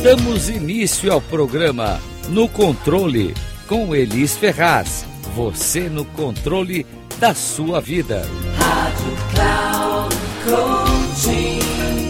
Damos início ao programa No Controle, com Elis Ferraz. Você no controle da sua vida. Rádio Cloud Coaching.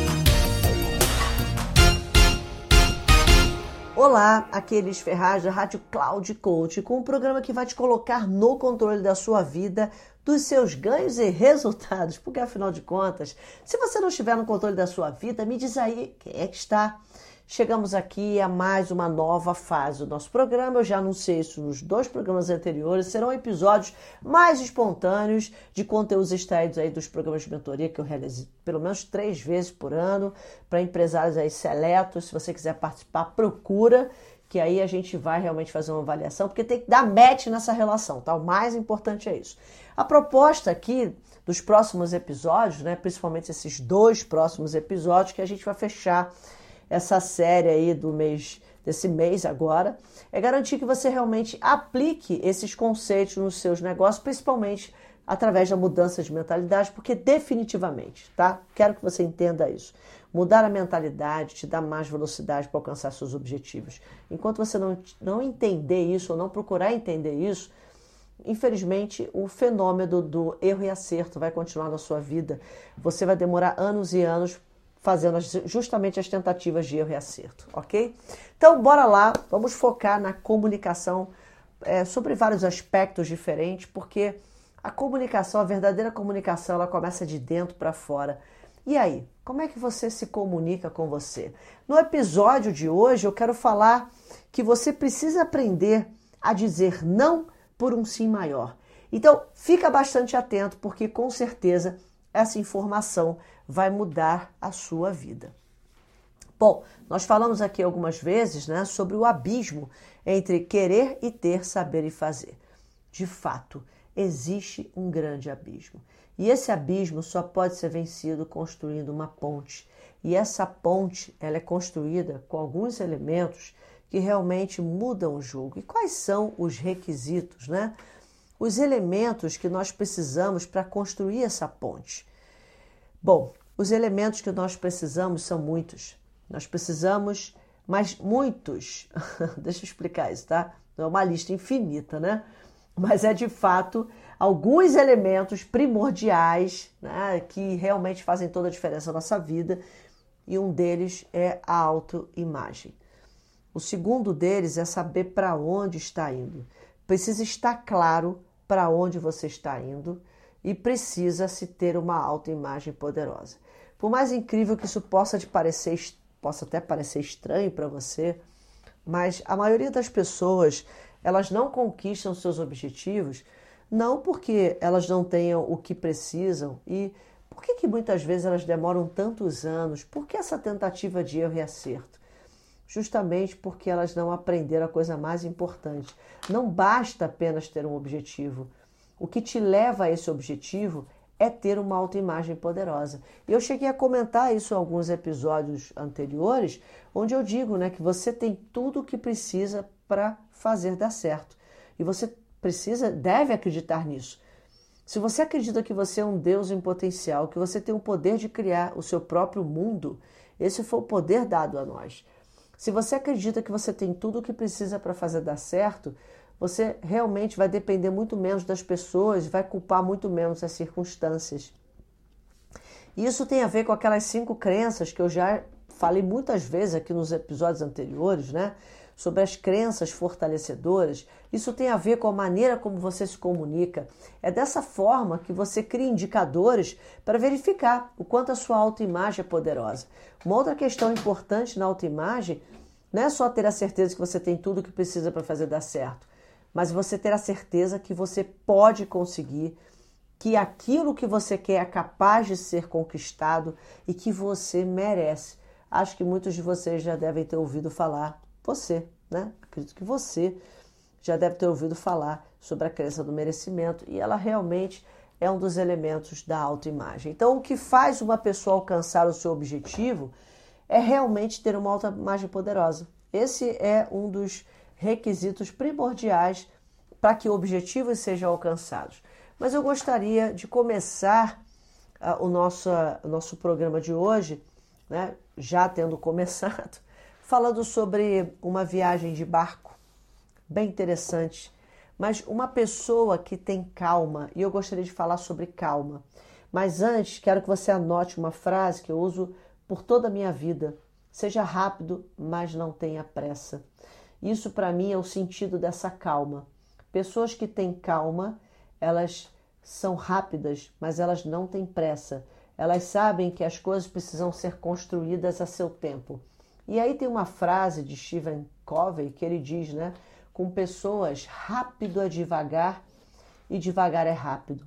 Olá, aqui é Elis Ferraz da Rádio Cloud Coaching, com um programa que vai te colocar no controle da sua vida, dos seus ganhos e resultados. Porque, afinal de contas, se você não estiver no controle da sua vida, me diz aí quem é que está. Chegamos aqui a mais uma nova fase do nosso programa. Eu já anunciei isso nos 2 programas anteriores. Serão episódios mais espontâneos de conteúdos extraídos aí dos programas de mentoria que eu realizo pelo menos 3 vezes por ano para empresários aí seletos. Se você quiser participar, procura, que aí a gente vai realmente fazer uma avaliação, porque tem que dar match nessa relação, tá? O mais importante é isso. A proposta aqui dos próximos episódios, né, principalmente esses 2 próximos episódios que a gente vai fechar essa série aí desse mês agora, é garantir que você realmente aplique esses conceitos nos seus negócios, principalmente através da mudança de mentalidade, porque definitivamente, tá? Quero que você entenda isso. Mudar a mentalidade te dá mais velocidade para alcançar seus objetivos. Enquanto você não entender isso, ou não procurar entender isso, infelizmente o fenômeno do erro e acerto vai continuar na sua vida. Você vai demorar anos e anos fazendo justamente as tentativas de erro e acerto, ok? Então, bora lá, vamos focar na comunicação sobre vários aspectos diferentes, porque a comunicação, a verdadeira comunicação, ela começa de dentro para fora. E aí, como é que você se comunica com você? No episódio de hoje, eu quero falar que você precisa aprender a dizer não por um sim maior. Então, fica bastante atento, porque com certeza essa informação vai mudar a sua vida. Bom, nós falamos aqui algumas vezes, né, sobre o abismo entre querer e ter, saber e fazer. De fato, existe um grande abismo. E esse abismo só pode ser vencido construindo uma ponte. E essa ponte, ela é construída com alguns elementos que realmente mudam o jogo. E quais são os requisitos, né? Os elementos que nós precisamos para construir essa ponte. Bom, os elementos que nós precisamos são muitos. Nós precisamos, mas muitos. Deixa eu explicar isso, tá? Não é uma lista infinita, né? Mas é de fato alguns elementos primordiais, né, que realmente fazem toda a diferença na nossa vida. E um deles é a autoimagem. O segundo deles é saber para onde está indo. Precisa estar claro para onde você está indo. E precisa-se ter uma autoimagem poderosa. Por mais incrível que isso possa até parecer estranho para você, mas a maioria das pessoas, elas não conquistam seus objetivos, não porque elas não tenham o que precisam. E por que muitas vezes elas demoram tantos anos? Por que essa tentativa de erro e acerto? Justamente porque elas não aprenderam a coisa mais importante. Não basta apenas ter um objetivo. O que te leva a esse objetivo é ter uma autoimagem poderosa. E eu cheguei a comentar isso em alguns episódios anteriores, onde eu digo, né, que você tem tudo o que precisa para fazer dar certo. E você deve acreditar nisso. Se você acredita que você é um Deus em potencial, que você tem o poder de criar o seu próprio mundo, esse foi o poder dado a nós. Se você acredita que você tem tudo o que precisa para fazer dar certo, você realmente vai depender muito menos das pessoas, vai culpar muito menos as circunstâncias. E isso tem a ver com aquelas 5 crenças que eu já falei muitas vezes aqui nos episódios anteriores, né? Sobre as crenças fortalecedoras. Isso tem a ver com a maneira como você se comunica. É dessa forma que você cria indicadores para verificar o quanto a sua autoimagem é poderosa. Uma outra questão importante na autoimagem não é só ter a certeza que você tem tudo o que precisa para fazer dar certo, mas você ter a certeza que você pode conseguir, que aquilo que você quer é capaz de ser conquistado e que você merece. Acho que muitos de vocês já devem ter ouvido falar, né? Acredito que você já deve ter ouvido falar sobre a crença do merecimento e ela realmente é um dos elementos da autoimagem. Então, o que faz uma pessoa alcançar o seu objetivo é realmente ter uma autoimagem poderosa. Esse é um dos requisitos primordiais para que objetivos sejam alcançados. Mas eu gostaria de começar o nosso programa de hoje, né, já tendo começado, falando sobre uma viagem de barco, bem interessante, mas uma pessoa que tem calma, e eu gostaria de falar sobre calma. Mas antes, quero que você anote uma frase que eu uso por toda a minha vida. Seja rápido, mas não tenha pressa. Isso para mim é o sentido dessa calma. Pessoas que têm calma, elas são rápidas, mas elas não têm pressa. Elas sabem que as coisas precisam ser construídas a seu tempo. E aí tem uma frase de Stephen Covey que ele diz, né? Com pessoas, rápido é devagar e devagar é rápido.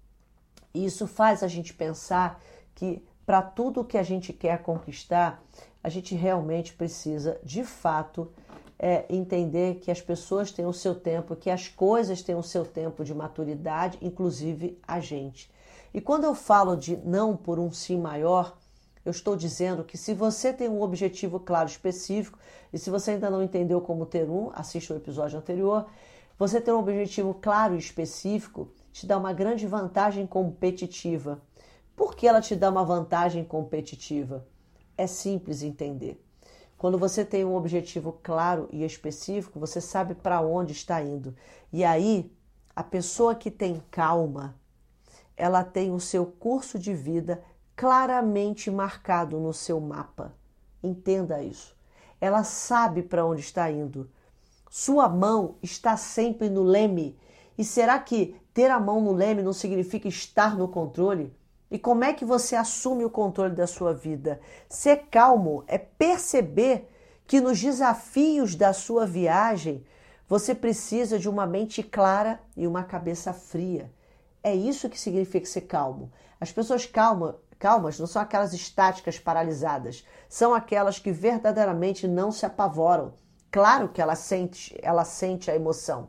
E isso faz a gente pensar que para tudo que a gente quer conquistar, a gente realmente precisa, de fato, entender que as pessoas têm o seu tempo, que as coisas têm o seu tempo de maturidade, inclusive a gente. E quando eu falo de não por um sim maior, eu estou dizendo que se você tem um objetivo claro, específico, e se você ainda não entendeu como ter um, assista o episódio anterior, você ter um objetivo claro e específico te dá uma grande vantagem competitiva. Por que ela te dá uma vantagem competitiva? É simples entender. Quando você tem um objetivo claro e específico, você sabe para onde está indo. E aí, a pessoa que tem calma, ela tem o seu curso de vida claramente marcado no seu mapa. Entenda isso. Ela sabe para onde está indo. Sua mão está sempre no leme. E será que ter a mão no leme não significa estar no controle? E como é que você assume o controle da sua vida? Ser calmo é perceber que nos desafios da sua viagem você precisa de uma mente clara e uma cabeça fria. É isso que significa ser calmo. As pessoas calmas não são aquelas estáticas paralisadas, são aquelas que verdadeiramente não se apavoram. Claro que ela sente a emoção.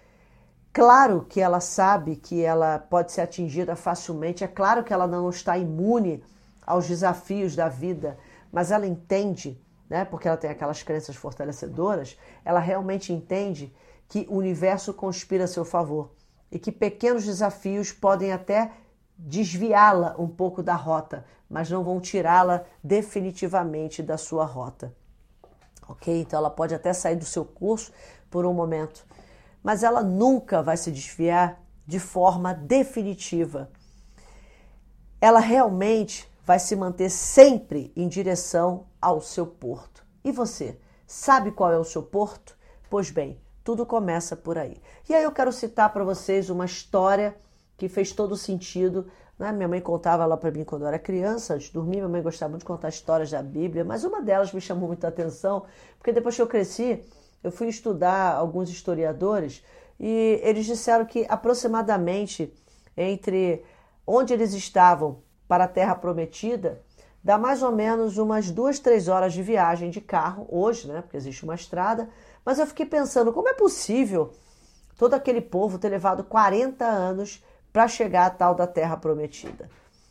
Claro que ela sabe que ela pode ser atingida facilmente, é claro que ela não está imune aos desafios da vida, mas ela entende, né, porque ela tem aquelas crenças fortalecedoras, ela realmente entende que o universo conspira a seu favor e que pequenos desafios podem até desviá-la um pouco da rota, mas não vão tirá-la definitivamente da sua rota. Ok? Então ela pode até sair do seu curso por um momento, mas ela nunca vai se desviar de forma definitiva. Ela realmente vai se manter sempre em direção ao seu porto. E você, sabe qual é o seu porto? Pois bem, tudo começa por aí. E aí eu quero citar para vocês uma história que fez todo sentido, né? Minha mãe contava lá para mim quando eu era criança, antes de dormir, minha mãe gostava muito de contar histórias da Bíblia, mas uma delas me chamou muita atenção, porque depois que eu cresci, eu fui estudar alguns historiadores e eles disseram que aproximadamente entre onde eles estavam para a Terra Prometida, dá mais ou menos umas 2-3 horas de viagem de carro, hoje, né, porque existe uma estrada, mas eu fiquei pensando, como é possível todo aquele povo ter levado 40 anos para chegar à tal da Terra Prometida?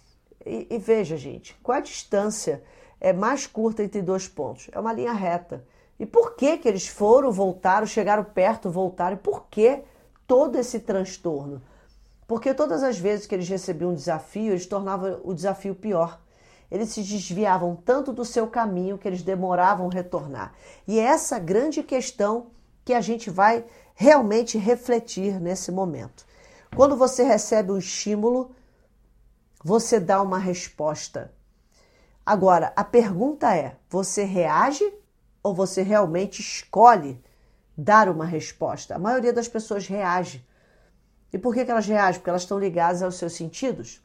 E veja, gente, qual a distância mais curta entre dois pontos? É uma linha reta. E por que que eles foram, voltaram, chegaram perto, voltaram? E por que todo esse transtorno? Porque todas as vezes que eles recebiam um desafio, eles tornavam o desafio pior. Eles se desviavam tanto do seu caminho que eles demoravam a retornar. E é essa grande questão que a gente vai realmente refletir nesse momento. Quando você recebe um estímulo, você dá uma resposta. Agora, a pergunta é, você reage ou você realmente escolhe dar uma resposta? A maioria das pessoas reage. E por que elas reagem? Porque elas estão ligadas aos seus sentidos.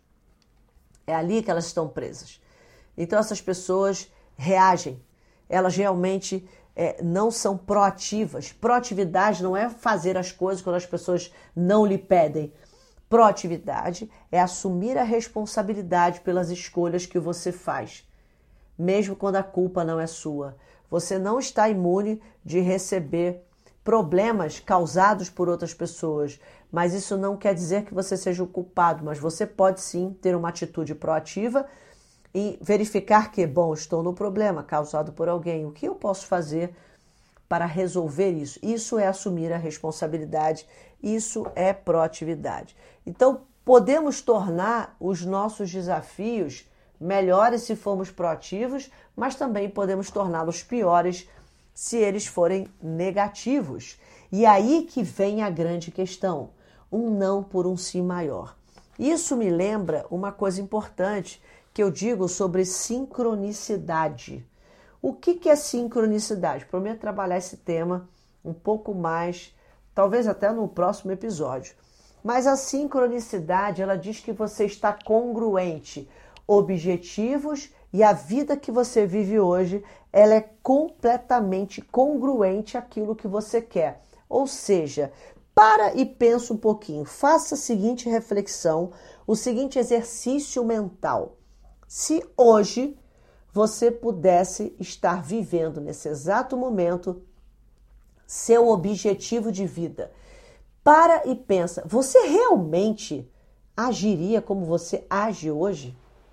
É ali que elas estão presas. Então essas pessoas reagem. Elas realmente não são proativas. Proatividade não é fazer as coisas quando as pessoas não lhe pedem. Proatividade é assumir a responsabilidade pelas escolhas que você faz, mesmo quando a culpa não é sua. Você não está imune de receber problemas causados por outras pessoas, mas isso não quer dizer que você seja o culpado, mas você pode sim ter uma atitude proativa e verificar que, bom, estou no problema causado por alguém, o que eu posso fazer para resolver isso? Isso é assumir a responsabilidade, isso é proatividade. Então, podemos tornar os nossos desafios melhores se formos proativos, mas também podemos torná-los piores se eles forem negativos. E aí que vem a grande questão, um não por um sim maior. Isso me lembra uma coisa importante que eu digo sobre sincronicidade. O que é sincronicidade? Prometo trabalhar esse tema um pouco mais, talvez até no próximo episódio. Mas a sincronicidade, ela diz que você está congruente, objetivos e a vida que você vive hoje, ela é completamente congruente àquilo que você quer. Ou seja, para e pensa um pouquinho, faça a seguinte reflexão, o seguinte exercício mental. Se hoje você pudesse estar vivendo nesse exato momento seu objetivo de vida, para e pensa, você realmente agiria como você age hoje?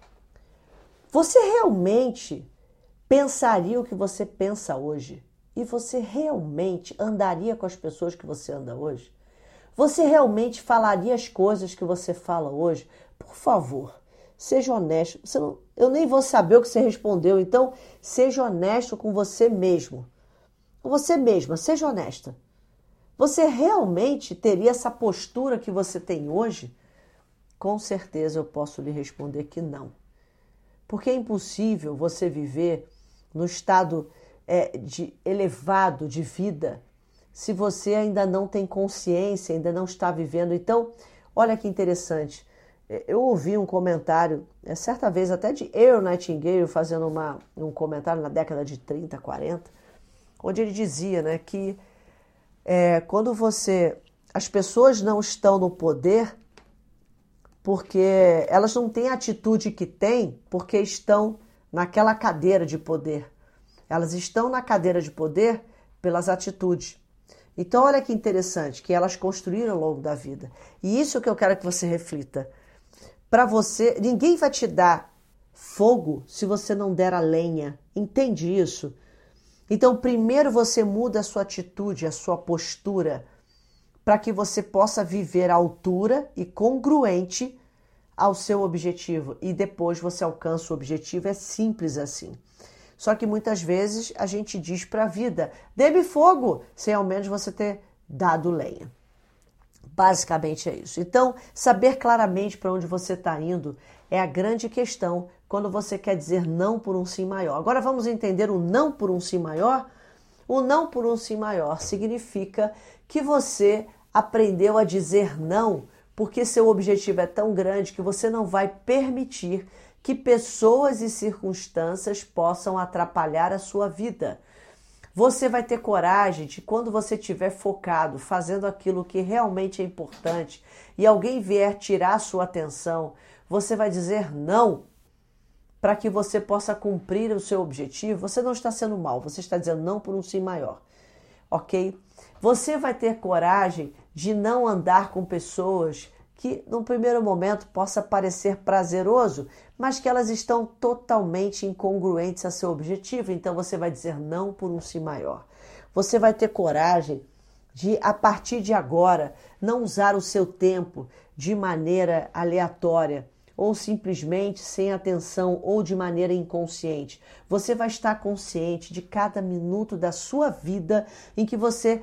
Você realmente pensaria o que você pensa hoje? E você realmente andaria com as pessoas que você anda hoje? Você realmente falaria as coisas que você fala hoje? Por favor, seja honesto. Eu nem vou saber o que você respondeu, então seja honesto com você mesmo. Com você mesma, seja honesta. Você realmente teria essa postura que você tem hoje? Com certeza eu posso lhe responder que não. Porque é impossível você viver no estado elevado de vida se você ainda não tem consciência, ainda não está vivendo. Então, olha que interessante. Eu ouvi um comentário, certa vez até de Earl Nightingale, fazendo um comentário na década de 30, 40, onde ele dizia, né, que quando as pessoas não estão no poder, porque elas não têm a atitude que têm, porque estão naquela cadeira de poder. Elas estão na cadeira de poder pelas atitudes. Então, olha que interessante, que elas construíram ao longo da vida. E isso que eu quero que você reflita. Para você, ninguém vai te dar fogo se você não der a lenha. Entende isso? Então, primeiro você muda a sua atitude, a sua postura, para que você possa viver à altura e congruente ao seu objetivo. E depois você alcança o objetivo, é simples assim. Só que muitas vezes a gente diz para a vida, dê-me fogo, sem ao menos você ter dado lenha. Basicamente é isso. Então, saber claramente para onde você está indo é a grande questão quando você quer dizer não por um sim maior. Agora vamos entender o não por um sim maior? O não por um sim maior significa que você aprendeu a dizer não porque seu objetivo é tão grande que você não vai permitir que pessoas e circunstâncias possam atrapalhar a sua vida. Você vai ter coragem de, quando você estiver focado, fazendo aquilo que realmente é importante, e alguém vier tirar a sua atenção, você vai dizer não para que você possa cumprir o seu objetivo. Você não está sendo mal, você está dizendo não por um sim maior, ok? Você vai ter coragem de não andar com pessoas que, num primeiro momento, possa parecer prazeroso, mas que elas estão totalmente incongruentes a seu objetivo. Então, você vai dizer não por um sim maior. Você vai ter coragem de, a partir de agora, não usar o seu tempo de maneira aleatória, ou simplesmente sem atenção, ou de maneira inconsciente. Você vai estar consciente de cada minuto da sua vida em que você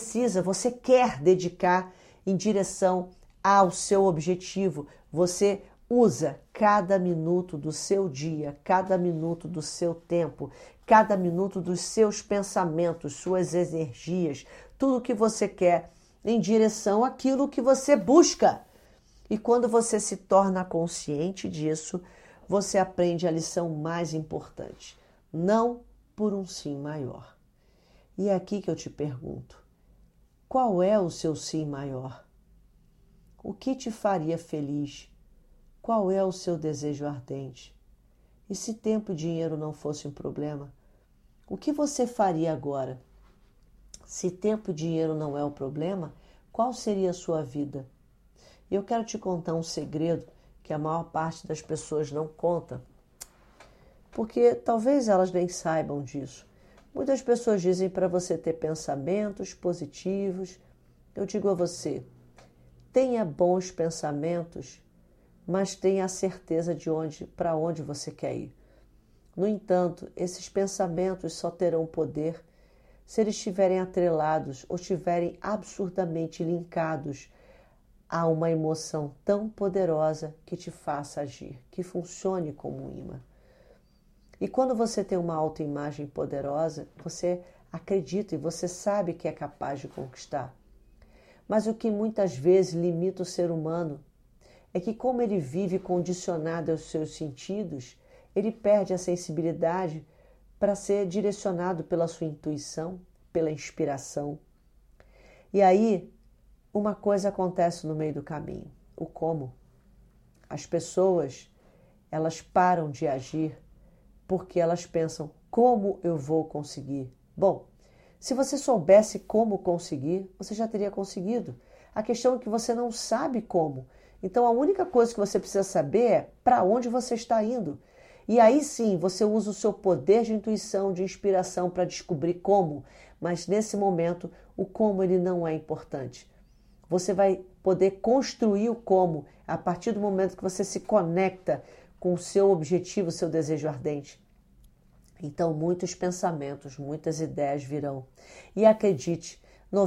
quer dedicar em direção ao seu objetivo. Você usa cada minuto do seu dia, cada minuto do seu tempo, cada minuto dos seus pensamentos, suas energias, tudo que você quer em direção àquilo que você busca. E quando você se torna consciente disso, você aprende a lição mais importante. Não por um sim maior. E é aqui que eu te pergunto, qual é o seu sim maior? O que te faria feliz? Qual é o seu desejo ardente? E se tempo e dinheiro não fosse um problema, o que você faria agora? Se tempo e dinheiro não é o problema, qual seria a sua vida? Eu quero te contar um segredo que a maior parte das pessoas não conta, porque talvez elas nem saibam disso. Muitas pessoas dizem para você ter pensamentos positivos. Eu digo a você, tenha bons pensamentos, mas tenha a certeza de para onde você quer ir. No entanto, esses pensamentos só terão poder se eles estiverem atrelados ou estiverem absurdamente linkados a uma emoção tão poderosa que te faça agir, que funcione como um imã. E quando você tem uma autoimagem poderosa, você acredita e você sabe que é capaz de conquistar. Mas o que muitas vezes limita o ser humano é que, como ele vive condicionado aos seus sentidos, ele perde a sensibilidade para ser direcionado pela sua intuição, pela inspiração. E aí, uma coisa acontece no meio do caminho, o como. As pessoas, elas param de agir porque elas pensam, como eu vou conseguir? Bom, se você soubesse como conseguir, você já teria conseguido. A questão é que você não sabe como. Então, a única coisa que você precisa saber é para onde você está indo. E aí sim, você usa o seu poder de intuição, de inspiração para descobrir como. Mas nesse momento, o como ele não é importante. Você vai poder construir o como a partir do momento que você se conecta com o seu objetivo, seu desejo ardente. Então, muitos pensamentos, muitas ideias virão. E acredite,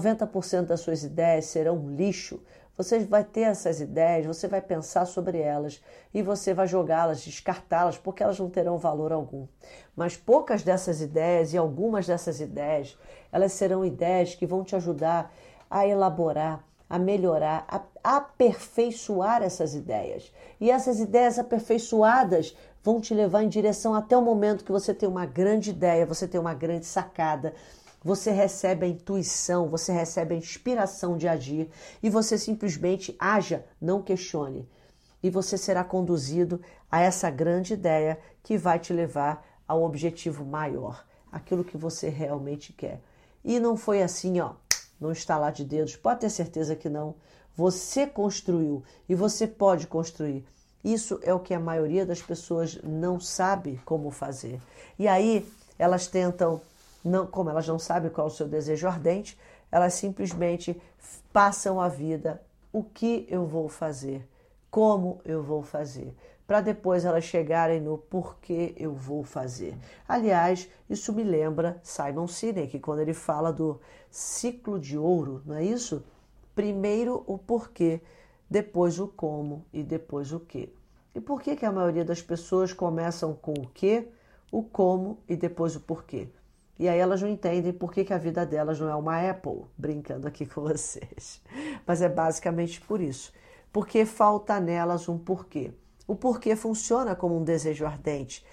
90% das suas ideias serão lixo. Você vai ter essas ideias, você vai pensar sobre elas e você vai jogá-las, descartá-las, porque elas não terão valor algum. Mas poucas dessas ideias e algumas dessas ideias, elas serão ideias que vão te ajudar a elaborar, a melhorar, a aperfeiçoar essas ideias. E essas ideias aperfeiçoadas vão te levar em direção até o momento que você tem uma grande ideia, você tem uma grande sacada, você recebe a intuição, você recebe a inspiração de agir e você simplesmente haja, não questione. E você será conduzido a essa grande ideia que vai te levar ao objetivo maior, aquilo que você realmente quer. E não foi assim, no estalar de dedos, pode ter certeza que não. Você construiu e você pode construir. Isso é o que a maioria das pessoas não sabe como fazer. E aí elas tentam, como elas não sabem qual é o seu desejo ardente, elas simplesmente passam a vida, o que eu vou fazer, como eu vou fazer, para depois elas chegarem no porquê eu vou fazer. Aliás, isso me lembra Simon Sinek, quando ele fala do ciclo de ouro, não é isso? Primeiro o porquê, depois o como e depois o quê. E por que a maioria das pessoas começam com o quê, o como e depois o porquê? E aí elas não entendem por que a vida delas não é uma Apple, brincando aqui com vocês. Mas é basicamente por isso. Porque falta nelas um porquê. O porquê funciona como um desejo ardente.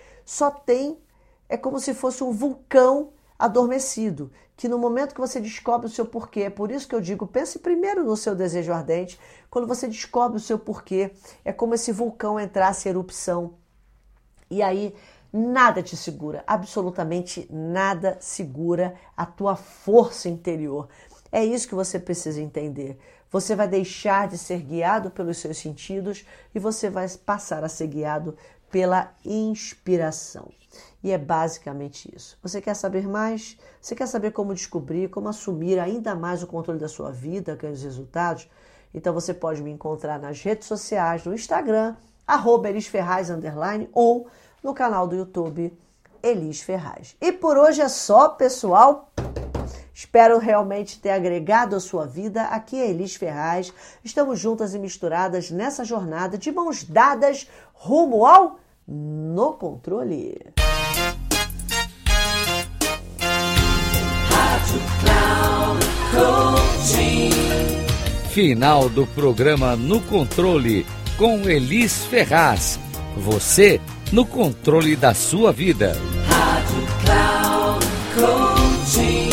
É como se fosse um vulcão adormecido, que no momento que você descobre o seu porquê, é por isso que eu digo, pense primeiro no seu desejo ardente. Quando você descobre o seu porquê, é como esse vulcão entrasse em erupção. E aí nada te segura, absolutamente nada segura a tua força interior. É isso que você precisa entender. Você vai deixar de ser guiado pelos seus sentidos e você vai passar a ser guiado pela inspiração. E é basicamente isso. Você quer saber mais? Você quer saber como descobrir, como assumir ainda mais o controle da sua vida, ganhar os resultados? Então você pode me encontrar nas redes sociais, no Instagram, @ElisFerraz_, ou no canal do YouTube Elis Ferraz. E por hoje é só, pessoal. Espero realmente ter agregado a sua vida. Aqui é Elis Ferraz. Estamos juntas e misturadas nessa jornada de mãos dadas rumo ao No Controle. Final do programa No Controle com Elis Ferraz. Você no controle da sua vida. Rádio Cloud Coaching.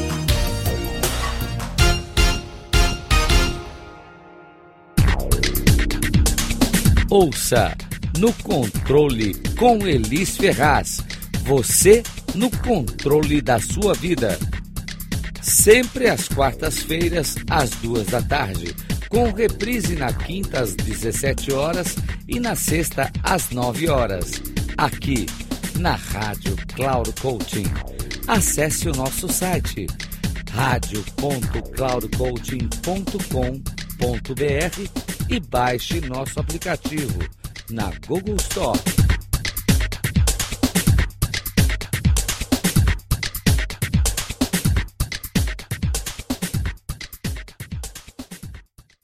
Ouça No Controle com Elis Ferraz. Você no controle da sua vida. Sempre às quartas-feiras, às 14h, com reprise na quinta às 17h e na sexta às 9h, aqui na Rádio Cloud Coaching. Acesse o nosso site radio.cloudcoaching.com.br e baixe nosso aplicativo na Google Store.